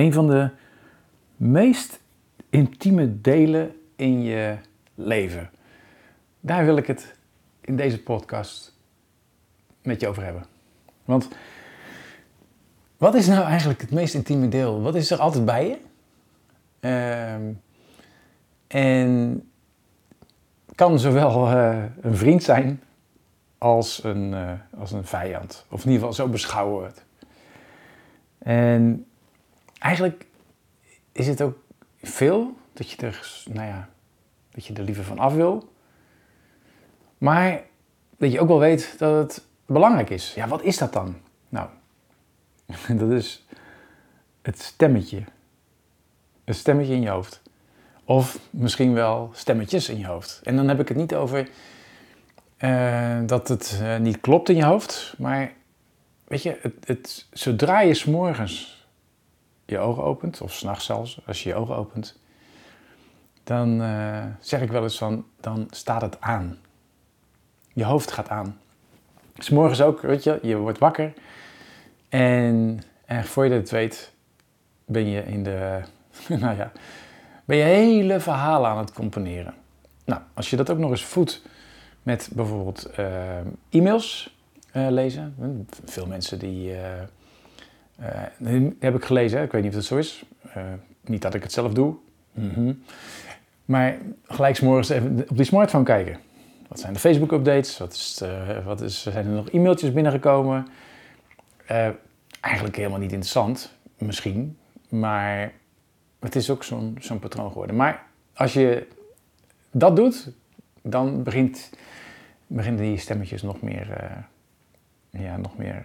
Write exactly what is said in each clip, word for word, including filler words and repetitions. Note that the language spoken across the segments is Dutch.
een van de meest intieme delen in je leven. Daar wil ik het in deze podcast met je over hebben. Want wat is nou eigenlijk het meest intieme deel? Wat is er altijd bij je? Uh, en kan zowel uh, een vriend zijn als een, uh, als een vijand. Of in ieder geval zo beschouwen we het. En eigenlijk is het ook veel dat je er, nou ja, dat je er liever van af wil. Maar dat je ook wel weet dat het belangrijk is. Ja, wat is dat dan? Nou, dat is het stemmetje. Een stemmetje in je hoofd. Of misschien wel stemmetjes in je hoofd. En dan heb ik het niet over uh, dat het uh, niet klopt in je hoofd. Maar weet je, het, het, zodra je 's morgens je ogen opent, of 's nachts zelfs, als je je ogen opent, dan uh, zeg ik wel eens van, dan staat het aan. Je hoofd gaat aan. 's Morgens ook, weet je, je wordt wakker. En, en voor je het weet, ben je in de, nou ja, ben je hele verhalen aan het componeren. Nou, als je dat ook nog eens voedt met bijvoorbeeld uh, e-mails uh, lezen. Veel mensen die, uh, uh, die heb ik gelezen, hè? Ik weet niet of dat zo is. Uh, niet dat ik het zelf doe. Mm-hmm. Maar gelijk 's morgens even op die smartphone kijken. Wat zijn de Facebook-updates? Wat, is, uh, wat is, zijn er nog e-mailtjes binnengekomen? Uh, eigenlijk helemaal niet interessant, misschien. Maar het is ook zo'n, zo'n patroon geworden. Maar als je dat doet, dan begint, beginnen die stemmetjes nog meer, uh, ja, nog meer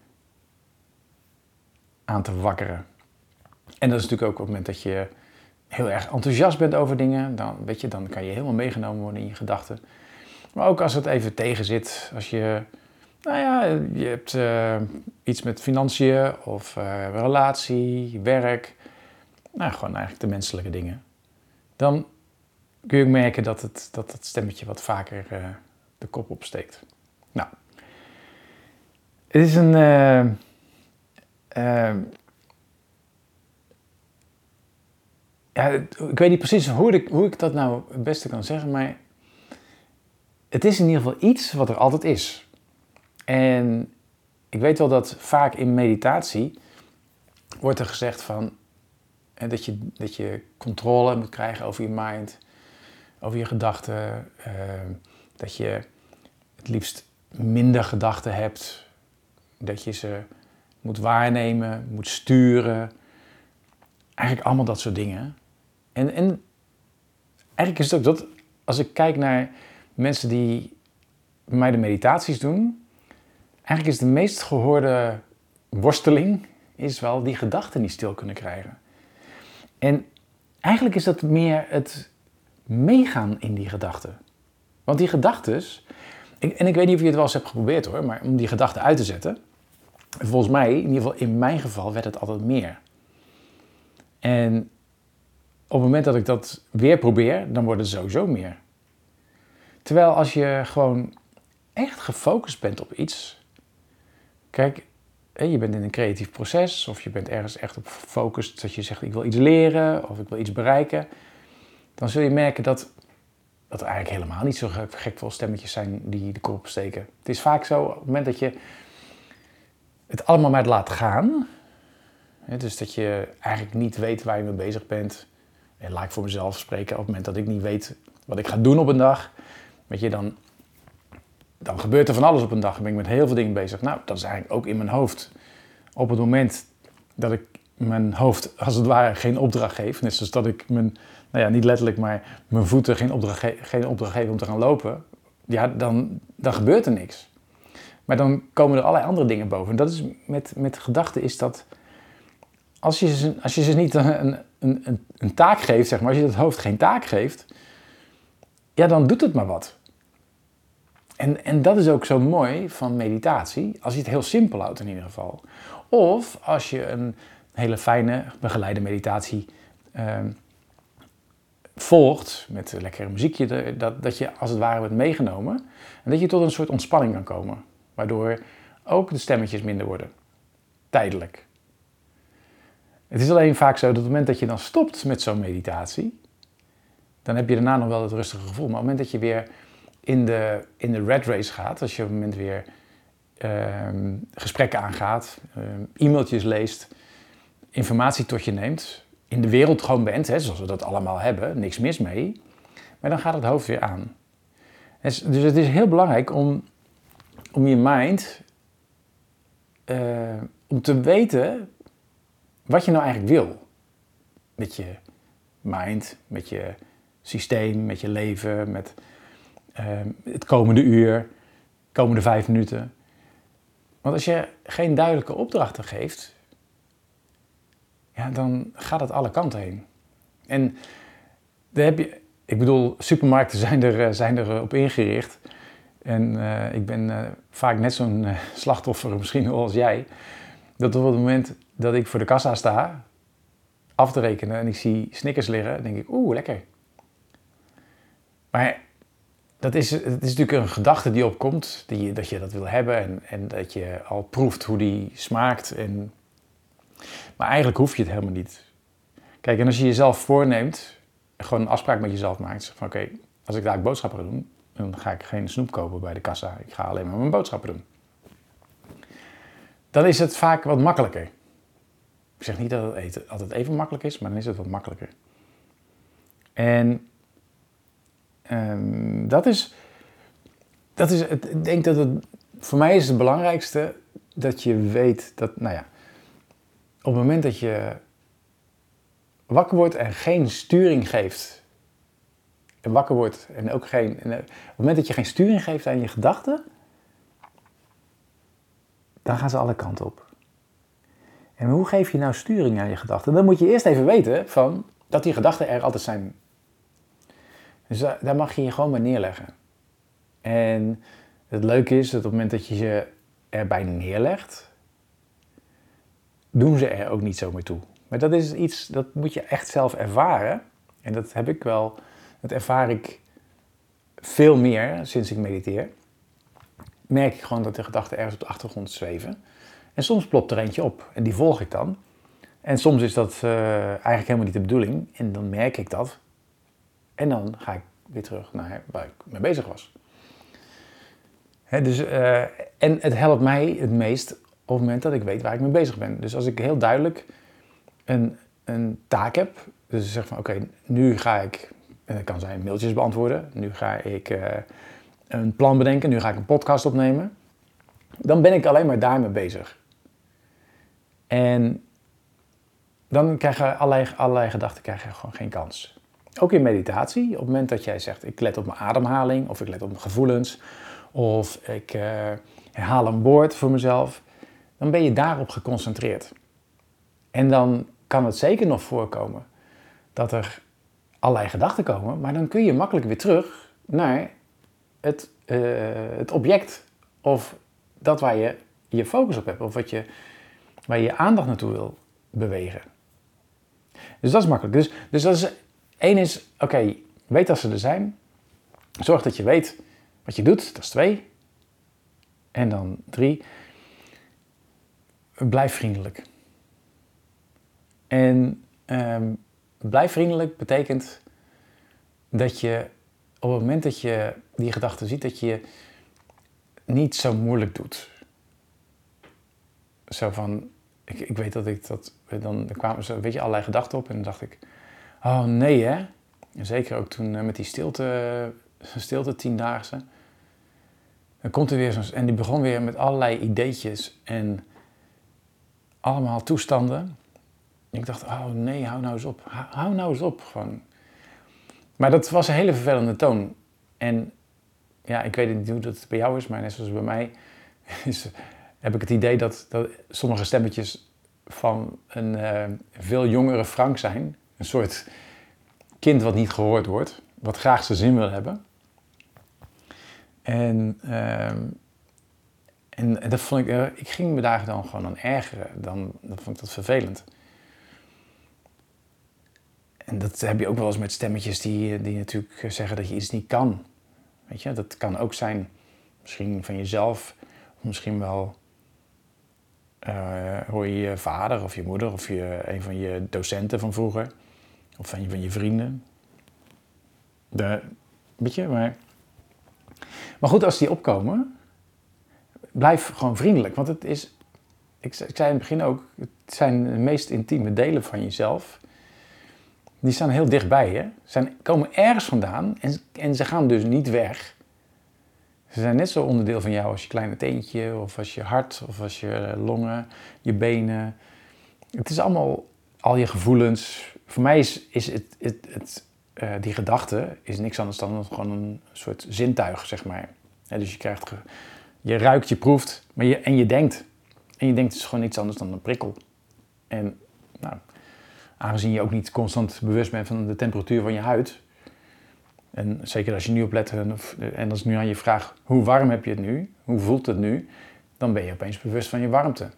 aan te wakkeren. En dat is natuurlijk ook op het moment dat je heel erg enthousiast bent over dingen. Dan, weet je, dan kan je helemaal meegenomen worden in je gedachten. Maar ook als het even tegen zit. Als je, nou ja, je hebt uh, iets met financiën of uh, relatie, werk. Nou, gewoon eigenlijk de menselijke dingen. Dan kun je ook merken dat het, dat het stemmetje wat vaker uh, de kop opsteekt. Nou, het is een... Uh, uh, ja, ik weet niet precies hoe ik, hoe ik dat nou het beste kan zeggen, maar het is in ieder geval iets wat er altijd is. En ik weet wel dat vaak in meditatie wordt er gezegd van dat je, dat je controle moet krijgen over je mind, over je gedachten. Uh, dat je het liefst minder gedachten hebt. Dat je ze moet waarnemen, moet sturen. Eigenlijk allemaal dat soort dingen. En, en eigenlijk is het ook dat, als ik kijk naar mensen die bij mij de meditaties doen, eigenlijk is de meest gehoorde worsteling is wel die gedachten niet stil kunnen krijgen. En eigenlijk is dat meer het meegaan in die gedachten. Want die gedachtes, en ik weet niet of je het wel eens hebt geprobeerd hoor, maar om die gedachten uit te zetten, volgens mij, in ieder geval in mijn geval, werd het altijd meer. En op het moment dat ik dat weer probeer, dan wordt het sowieso meer. Terwijl als je gewoon echt gefocust bent op iets, kijk, je bent in een creatief proces of je bent ergens echt op gefocust dat je zegt ik wil iets leren of ik wil iets bereiken, dan zul je merken dat, dat er eigenlijk helemaal niet zo gek veel stemmetjes zijn die de kop opsteken. Het is vaak zo, op het moment dat je het allemaal maar laat gaan, dus dat je eigenlijk niet weet waar je mee bezig bent, en laat ik voor mezelf spreken, op het moment dat ik niet weet wat ik ga doen op een dag, weet je, dan, dan gebeurt er van alles op een dag. Dan ben ik met heel veel dingen bezig. Nou, dat is eigenlijk ook in mijn hoofd. Op het moment dat ik mijn hoofd, als het ware, geen opdracht geef, net zoals dat ik mijn, nou ja, niet letterlijk, maar mijn voeten geen opdracht, ge- geen opdracht geef om te gaan lopen, ja, dan, dan gebeurt er niks. Maar dan komen er allerlei andere dingen boven. En dat is met, met gedachten is dat, als je ze, als je ze niet een, een, een, een taak geeft, zeg maar, als je het hoofd geen taak geeft, ja, dan doet het maar wat. En, en dat is ook zo mooi van meditatie, als je het heel simpel houdt in ieder geval. Of als je een hele fijne begeleide meditatie uh, volgt, met een lekkere muziekje, dat, dat je als het ware wordt meegenomen en dat je tot een soort ontspanning kan komen. Waardoor ook de stemmetjes minder worden. Tijdelijk. Het is alleen vaak zo dat op het moment dat je dan stopt met zo'n meditatie, dan heb je daarna nog wel het rustige gevoel. Maar op het moment dat je weer in de, in de rat race gaat, als je op het moment weer uh, gesprekken aangaat, uh, e-mailtjes leest, informatie tot je neemt, in de wereld gewoon bent, hè, zoals we dat allemaal hebben, niks mis mee, maar dan gaat het hoofd weer aan. Dus, dus het is heel belangrijk om, om je mind, uh, om te weten wat je nou eigenlijk wil. Met je mind, met je systeem, met je leven, met uh, het komende uur, komende vijf minuten. Want als je geen duidelijke opdrachten geeft, ja, dan gaat het alle kanten heen. En daar heb je, ik bedoel, supermarkten zijn er, zijn er op ingericht. En uh, ik ben uh, vaak net zo'n uh, slachtoffer, misschien wel als jij. Dat op het moment dat ik voor de kassa sta, af te rekenen en ik zie Snickers liggen, dan denk ik, oeh, lekker. Maar dat is, het is natuurlijk een gedachte die opkomt, die, dat je dat wil hebben en, en dat je al proeft hoe die smaakt. En, maar eigenlijk hoef je het helemaal niet. Kijk, en als je jezelf voorneemt, gewoon een afspraak met jezelf maakt, van oké, okay, als ik daar boodschappen ga doen, dan ga ik geen snoep kopen bij de kassa. Ik ga alleen maar mijn boodschappen doen. Dan is het vaak wat makkelijker. Ik zeg niet dat het eten altijd even makkelijk is, maar dan is het wat makkelijker. En um, dat is, dat is het, ik denk dat het, voor mij is het belangrijkste dat je weet dat, nou ja, op het moment dat je wakker wordt en geen sturing geeft, en wakker wordt en ook geen, en op het moment dat je geen sturing geeft aan je gedachten, dan gaan ze alle kanten op. En hoe geef je nou sturing aan je gedachten? Dan moet je eerst even weten van, dat die gedachten er altijd zijn. Dus daar, daar mag je je gewoon bij neerleggen. En het leuke is dat op het moment dat je je erbij neerlegt, doen ze er ook niet zo meer toe. Maar dat is iets, dat moet je echt zelf ervaren. En dat heb ik wel, dat ervaar ik veel meer sinds ik mediteer. Merk ik gewoon dat de gedachten ergens op de achtergrond zweven. En soms plopt er eentje op en die volg ik dan. En soms is dat uh, eigenlijk helemaal niet de bedoeling. En dan merk ik dat. En dan ga ik weer terug naar waar ik mee bezig was. Hè, dus, uh, en het helpt mij het meest op het moment dat ik weet waar ik mee bezig ben. Dus als ik heel duidelijk een, een taak heb. Dus zeg van oké, okay, nu ga ik, en dat kan zijn mailtjes beantwoorden. Nu ga ik uh, een plan bedenken. Nu ga ik een podcast opnemen. Dan ben ik alleen maar daarmee bezig. En dan krijgen allerlei, allerlei gedachten krijgen gewoon geen kans. Ook in meditatie, op het moment dat jij zegt, ik let op mijn ademhaling, of ik let op mijn gevoelens, of ik uh, herhaal een woord voor mezelf, dan ben je daarop geconcentreerd. En dan kan het zeker nog voorkomen dat er allerlei gedachten komen, maar dan kun je makkelijk weer terug naar het, uh, het object of dat waar je je focus op hebt, of wat je, waar je je aandacht naartoe wil bewegen. Dus dat is makkelijk. Dus, dus dat is, één is, oké, okay, weet dat ze er zijn. Zorg dat je weet wat je doet, dat is twee. En dan drie, blijf vriendelijk. En um, blijf vriendelijk betekent dat je op het moment dat je die gedachten ziet, dat je niet zo moeilijk doet. Zo van, ik, ik weet dat ik dat, dan kwamen zo, weet je, allerlei gedachten op en dan dacht ik, oh nee hè. En zeker ook toen uh, met die stilte, stilte tiendaagse. Dan komt er weer zo'n, en die begon weer met allerlei ideetjes en allemaal toestanden. En ik dacht, oh nee, hou nou eens op. Hou, hou nou eens op, gewoon. Maar dat was een hele vervelende toon. En ja, ik weet niet hoe dat bij jou is, maar net zoals bij mij is, heb ik het idee dat, dat sommige stemmetjes van een uh, veel jongere Frank zijn. Een soort kind wat niet gehoord wordt, wat graag zijn zin wil hebben. En, uh, en, en dat vond ik, uh, ik ging me daar dan gewoon aan ergeren. Dan, dan vond ik dat vervelend. En dat heb je ook wel eens met stemmetjes die, die natuurlijk zeggen dat je iets niet kan. Weet je, dat kan ook zijn misschien van jezelf, of misschien wel uh, hoor je je vader of je moeder of je, een van je docenten van vroeger. Of van je, van je vrienden. De, weet je, maar... Maar goed, als die opkomen, blijf gewoon vriendelijk. Want het is, ik, ik zei in het begin ook, het zijn de meest intieme delen van jezelf. Die staan heel dichtbij je. Ze komen ergens vandaan en, en ze gaan dus niet weg. Ze zijn net zo onderdeel van jou als je kleine teentje, of als je hart, of als je longen, je benen. Het is allemaal, al je gevoelens. Voor mij is, is het, het, het, uh, die gedachte is niks anders dan gewoon een soort zintuig, zeg maar. Ja, dus je krijgt, je ruikt, je proeft, maar je, en je denkt. En je denkt, het is gewoon niets anders dan een prikkel. En nou, aangezien je ook niet constant bewust bent van de temperatuur van je huid. En zeker als je nu oplet en als ik nu aan je vraag, hoe warm heb je het nu? Hoe voelt het nu? Dan ben je opeens bewust van je warmte.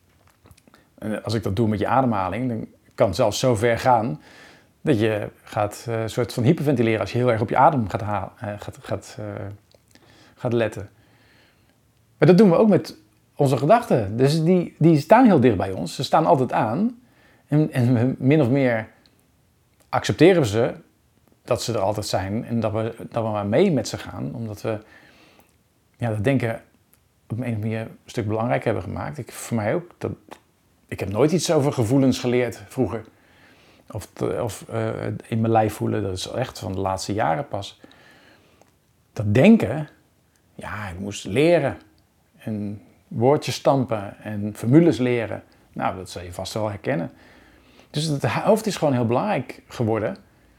En als ik dat doe met je ademhaling, dan kan het zelfs zo ver gaan dat je gaat uh, een soort van hyperventileren als je heel erg op je adem gaat, halen, uh, gaat, gaat, uh, gaat letten. Maar dat doen we ook met onze gedachten. Dus die, die staan heel dicht bij ons. Ze staan altijd aan. En, en min of meer accepteren we ze dat ze er altijd zijn en dat we, dat we maar mee met ze gaan. Omdat we ja, dat denken op een of andere manier een stuk belangrijker hebben gemaakt. Ik, voor mij ook. Dat, ik heb nooit iets over gevoelens geleerd vroeger. Of, te, of uh, in mijn lijf voelen, dat is echt van de laatste jaren pas. Dat denken, ja, ik moest leren. En woordjes stampen en formules leren. Nou, dat zal je vast wel herkennen. Dus het hoofd is gewoon heel belangrijk geworden.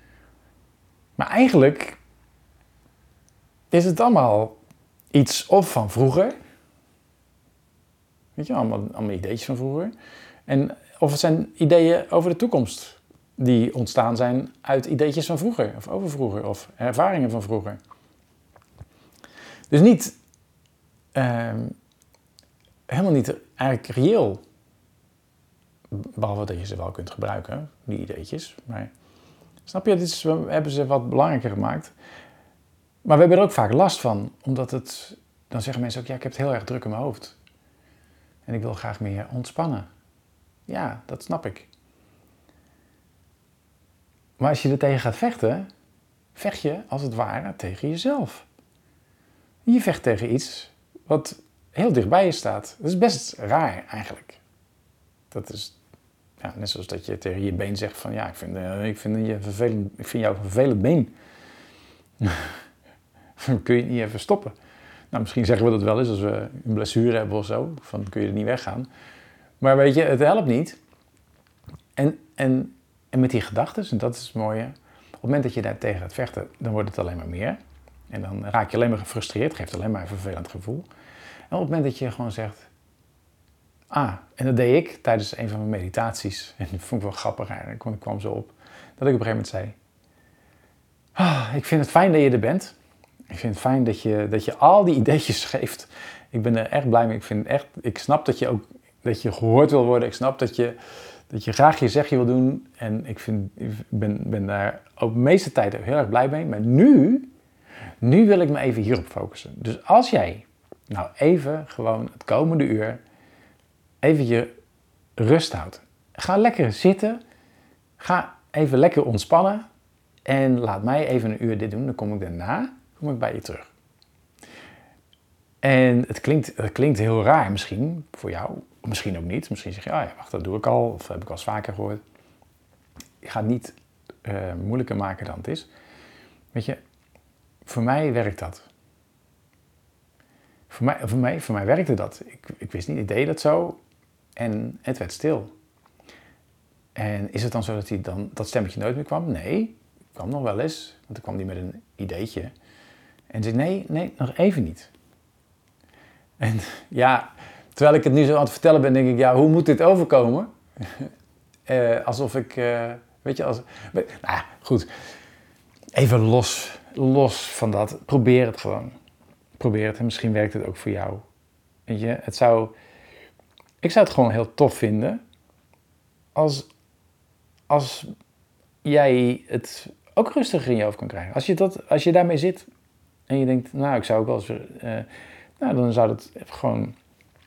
Maar eigenlijk is het allemaal iets of van vroeger. Weet je, allemaal, allemaal ideetjes van vroeger. En, of het zijn ideeën over de toekomst die ontstaan zijn uit ideetjes van vroeger. Of over vroeger. Of ervaringen van vroeger. Dus niet, uh, helemaal niet eigenlijk reëel. Behalve dat je ze wel kunt gebruiken, die ideetjes. Maar snap je, dit is, we hebben ze wat belangrijker gemaakt. Maar we hebben er ook vaak last van. Omdat het, dan zeggen mensen ook, ja, ik heb het heel erg druk in mijn hoofd. En ik wil graag meer ontspannen. Ja, dat snap ik. Maar als je er tegen gaat vechten, vecht je als het ware tegen jezelf. Je vecht tegen iets wat heel dichtbij je staat. Dat is best raar eigenlijk. Dat is ja, net zoals dat je tegen je been zegt van ja, ik vind, uh, ik vind, je vervelend, ik vind jou een vervelend been. Kun je het niet even stoppen? Nou, misschien zeggen we dat wel eens als we een blessure hebben of zo. Van kun je er niet weggaan. Maar weet je, het helpt niet. En, en, en met die gedachten, en dat is het mooie. Op het moment dat je daar tegen gaat vechten, dan wordt het alleen maar meer. En dan raak je alleen maar gefrustreerd, geeft alleen maar een vervelend gevoel. En op het moment dat je gewoon zegt, ah, en dat deed ik tijdens een van mijn meditaties. En dat vond ik wel grappig eigenlijk, want ik kwam zo op. Dat ik op een gegeven moment zei, ah, ik vind het fijn dat je er bent. Ik vind het fijn dat je, dat je al die ideetjes geeft. Ik ben er echt blij mee. Ik, vind echt, ik snap dat je ook dat je gehoord wil worden. Ik snap dat je, dat je graag je zegje wil doen. En ik, vind, ik ben, ben daar ook de meeste tijd heel erg blij mee. Maar nu, nu wil ik me even hierop focussen. Dus als jij nou even gewoon het komende uur even je rust houdt. Ga lekker zitten. Ga even lekker ontspannen. En laat mij even een uur dit doen. Dan kom ik daarna kom ik bij je terug. En het klinkt, het klinkt heel raar misschien voor jou. Of misschien ook niet. Misschien zeg je, oh ja, wacht, dat doe ik al. Of heb ik al eens vaker gehoord. Je gaat het niet uh, moeilijker maken dan het is. Weet je, voor mij werkt dat. Voor mij, voor mij, voor mij werkte dat. Ik, ik wist niet, ik deed dat zo. En het werd stil. En is het dan zo dat hij dan, dat stemmetje nooit meer kwam? Nee, het kwam nog wel eens. Want dan kwam hij met een ideetje. En zei, nee, nee, nog even niet. En ja, terwijl ik het nu zo aan het vertellen ben, denk ik, ja, hoe moet dit overkomen? uh, alsof ik, uh, weet je, als... Nou ja, goed. Even los, los van dat. Probeer het gewoon. Probeer het en misschien werkt het ook voor jou. Weet je, het zou... Ik zou het gewoon heel tof vinden als, als jij het ook rustiger in je hoofd kan krijgen. Als je, dat, als je daarmee zit en je denkt, nou, ik zou ook wel eens... Uh, nou, dan zou dat gewoon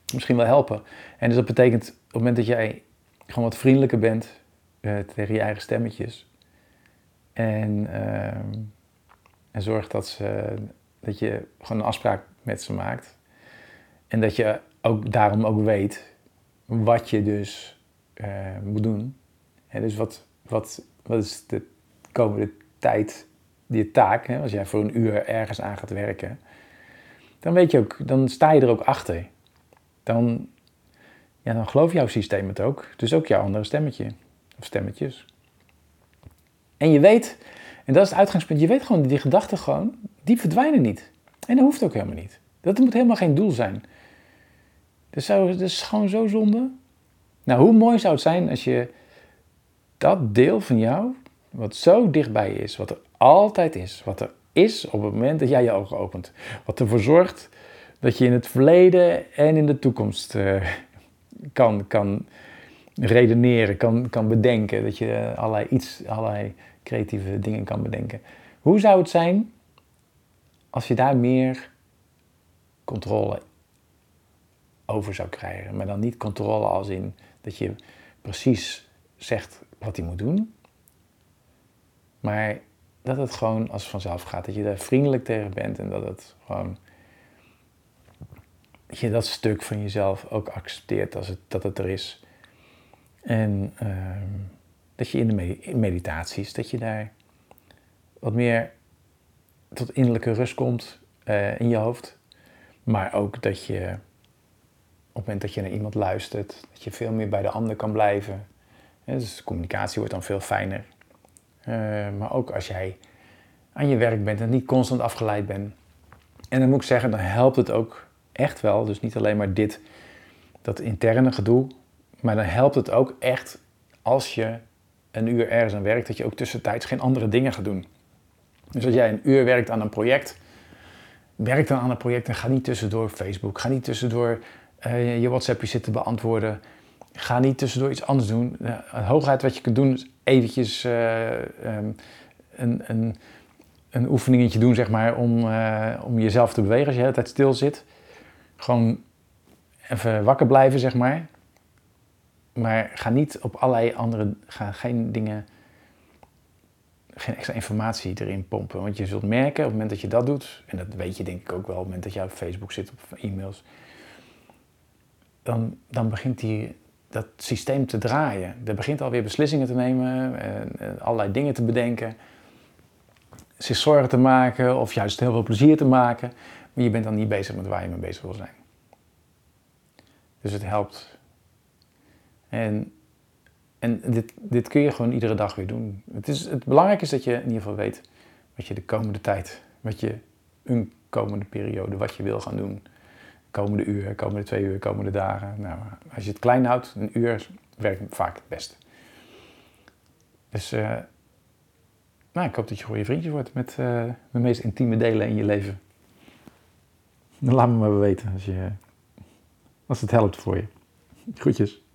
misschien wel helpen. En dus dat betekent op het moment dat jij gewoon wat vriendelijker bent uh, tegen je eigen stemmetjes. En, uh, en zorg dat, ze, dat je gewoon een afspraak met ze maakt. En dat je ook daarom ook weet wat je dus uh, moet doen. En dus wat, wat, wat is de komende tijd, die taak, hè? Als jij voor een uur ergens aan gaat werken, dan weet je ook, dan sta je er ook achter. Dan, ja, dan gelooft jouw systeem het ook. Dus ook jouw andere stemmetje. Of stemmetjes. En je weet, en dat is het uitgangspunt, je weet gewoon, die gedachten gewoon, die verdwijnen niet. En dat hoeft ook helemaal niet. Dat moet helemaal geen doel zijn. Dat, zou, dat is gewoon zo zonde. Nou, hoe mooi zou het zijn als je dat deel van jou, wat zo dichtbij je is, wat er altijd is, wat er is op het moment dat jij je ogen opent. Wat ervoor zorgt dat je in het verleden en in de toekomst uh, kan, kan redeneren, kan, kan bedenken. Dat je allerlei, iets, allerlei creatieve dingen kan bedenken. Hoe zou het zijn als je daar meer controle over zou krijgen? Maar dan niet controle als in dat je precies zegt wat hij moet doen. Maar dat het gewoon als vanzelf gaat. Dat je daar vriendelijk tegen bent en dat het gewoon, dat je dat stuk van jezelf ook accepteert als het, dat het er is. En uh, dat je in de med- in meditaties, dat je daar wat meer tot innerlijke rust komt uh, in je hoofd. Maar ook dat je op het moment dat je naar iemand luistert, dat je veel meer bij de ander kan blijven. Ja, dus de communicatie wordt dan veel fijner. Uh, maar ook als jij aan je werk bent en niet constant afgeleid bent. En dan moet ik zeggen, dan helpt het ook echt wel. Dus niet alleen maar dit, dat interne gedoe. Maar dan helpt het ook echt als je een uur ergens aan werkt, dat je ook tussentijds geen andere dingen gaat doen. Dus als jij een uur werkt aan een project, werk dan aan een project en ga niet tussendoor Facebook. Ga niet tussendoor uh, je WhatsAppje zitten beantwoorden. Ga niet tussendoor iets anders doen. Uh, hooguit wat je kunt doen is eventjes uh, um, een, een, een oefeningetje doen, zeg maar, om, uh, om jezelf te bewegen als je de hele tijd stil zit. Gewoon even wakker blijven, zeg maar. Maar ga niet op allerlei andere, ga geen dingen, geen extra informatie erin pompen. Want je zult merken op het moment dat je dat doet, en dat weet je denk ik ook wel, op het moment dat je op Facebook zit of e-mails, dan, dan begint die, dat systeem te draaien. Er begint alweer beslissingen te nemen, en, en allerlei dingen te bedenken, zich zorgen te maken of juist heel veel plezier te maken, maar je bent dan niet bezig met waar je mee bezig wil zijn. Dus het helpt. En, en dit, dit kun je gewoon iedere dag weer doen. Het, is, het belangrijke is dat je in ieder geval weet wat je de komende tijd, wat je een komende periode, wat je wil gaan doen. Komende uur, komende twee uur, komende dagen. Nou, als je het klein houdt, een uur werkt vaak het beste. Dus uh, nou, ik hoop dat je goede vriendjes wordt met uh, de meest intieme delen in je leven. Dan laat me maar weten als, je, als het helpt voor je. Groetjes.